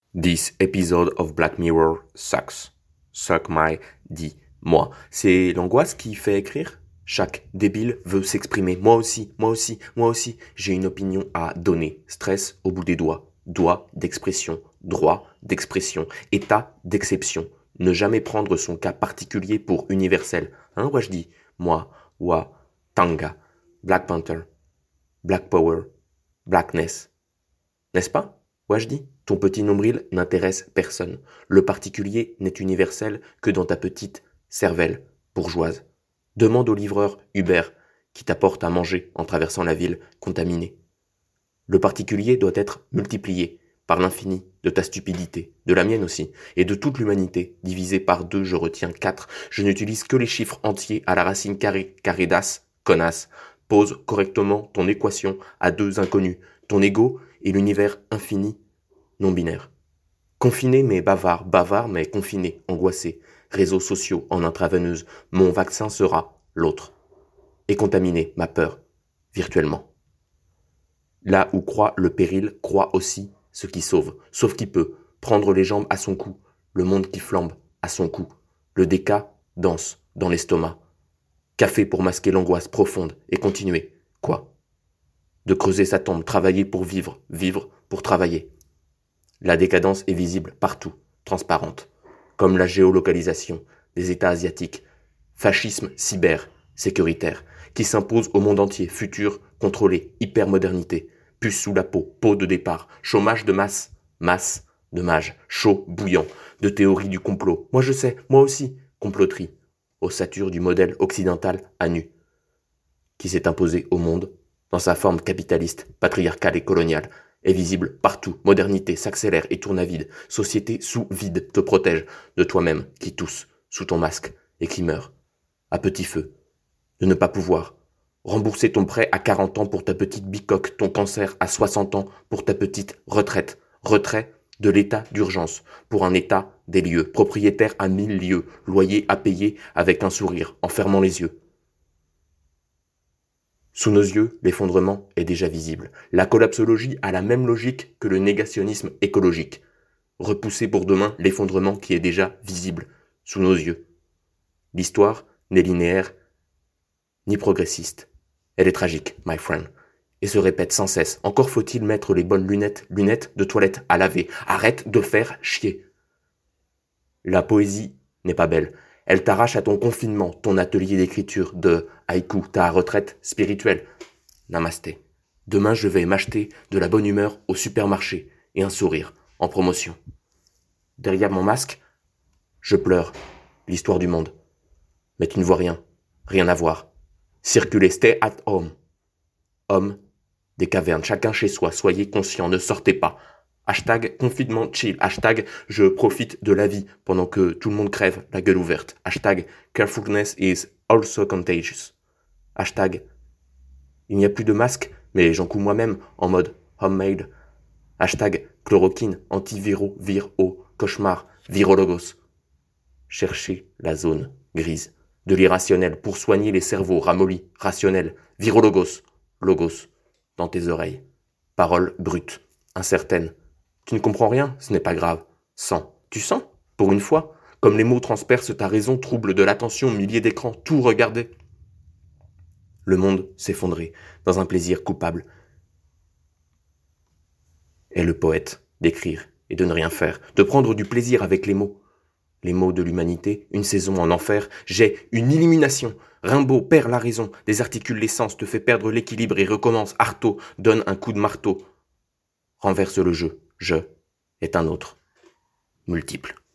This episode of Black Mirror sucks. Suck my dit moi. C'est l'angoisse qui fait écrire. Chaque débile veut s'exprimer. Moi aussi, moi aussi, moi aussi. J'ai une opinion à donner. Stress au bout des doigts. Doigt d'expression. Droit d'expression. État d'exception. Ne jamais prendre son cas particulier pour universel. Hein, ouais, je dis. Moi, wa, tanga. Black Panther. Black Power. Blackness. N'est-ce pas? Ouais, je dis. Ton petit nombril n'intéresse personne. Le particulier n'est universel que dans ta petite cervelle bourgeoise. Demande au livreur Uber qui t'apporte à manger en traversant la ville contaminée. Le particulier doit être multiplié par l'infini de ta stupidité, de la mienne aussi, et de toute l'humanité. Divisé par 2, je retiens 4. Je n'utilise que les chiffres entiers à la racine carrée, carré-das, connasse. Pose correctement ton équation à 2 inconnus, ton ego et l'univers infini non-binaire. Confiné mais bavard, bavard mais confiné, angoissé. Réseaux sociaux en intraveineuse, mon vaccin sera l'autre. Et contaminé, ma peur, virtuellement. Là où croit le péril, croit aussi ce qui sauve. Sauf qui peut, prendre les jambes à son cou, le monde qui flambe à son cou. Le déca danse dans l'estomac. Café pour masquer l'angoisse profonde et continuer. Quoi? De creuser sa tombe, travailler pour vivre, vivre pour travailler. La décadence est visible partout, transparente, comme la géolocalisation des États asiatiques, fascisme cyber, sécuritaire, qui s'impose au monde entier, futur, contrôlé, hypermodernité, puce sous la peau, peau de départ, chômage de masse, masse de mage, chaud, bouillant, de théorie du complot. Moi je sais, moi aussi, comploterie, ossature du modèle occidental à nu, qui s'est imposé au monde dans sa forme capitaliste, patriarcale et coloniale, est visible partout. Modernité s'accélère et tourne à vide. Société sous vide te protège de toi-même qui tousse sous ton masque et qui meurt à petit feu. De ne pas pouvoir rembourser ton prêt à 40 ans pour ta petite bicoque, ton cancer à 60 ans pour ta petite retraite. Retrait de l'état d'urgence pour un état des lieux. Propriétaire à 1000 lieues. Loyer à payer avec un sourire en fermant les yeux. Sous nos yeux, l'effondrement est déjà visible. La collapsologie a la même logique que le négationnisme écologique. Repousser pour demain l'effondrement qui est déjà visible, sous nos yeux. L'histoire n'est linéaire ni progressiste. Elle est tragique, my friend, et se répète sans cesse. Encore faut-il mettre les bonnes lunettes de toilette à laver. Arrête de faire chier. La poésie n'est pas belle. Elle t'arrache à ton confinement, ton atelier d'écriture de haïku, ta retraite spirituelle. Namasté. Demain, je vais m'acheter de la bonne humeur au supermarché et un sourire en promotion. Derrière mon masque, je pleure l'histoire du monde. Mais tu ne vois rien, rien à voir. Circulez, stay at home. Homme des cavernes, chacun chez soi, soyez conscients, ne sortez pas. Hashtag confinement chill. Hashtag je profite de la vie pendant que tout le monde crève la gueule ouverte. Hashtag carefulness is also contagious. Hashtag il n'y a plus de masque, mais j'en couds moi-même en mode homemade. Hashtag chloroquine, antiviro, cauchemar, virologos. Cherchez la zone grise de l'irrationnel pour soigner les cerveaux ramollis, rationnels, virologos, logos, dans tes oreilles. Paroles brutes, incertaines. Tu ne comprends rien, ce n'est pas grave. Sens. Tu sens? Pour une fois? Comme les mots transpercent ta raison, trouble de l'attention, milliers d'écrans, tout regarder. Le monde s'effondrait dans un plaisir coupable. Et le poète d'écrire et de ne rien faire, de prendre du plaisir avec les mots de l'humanité, une saison en enfer, j'ai une illumination. Rimbaud perd la raison, désarticule l'essence, te fait perdre l'équilibre et recommence. Artaud donne un coup de marteau. Renverse le jeu. Je est un autre. Multiple.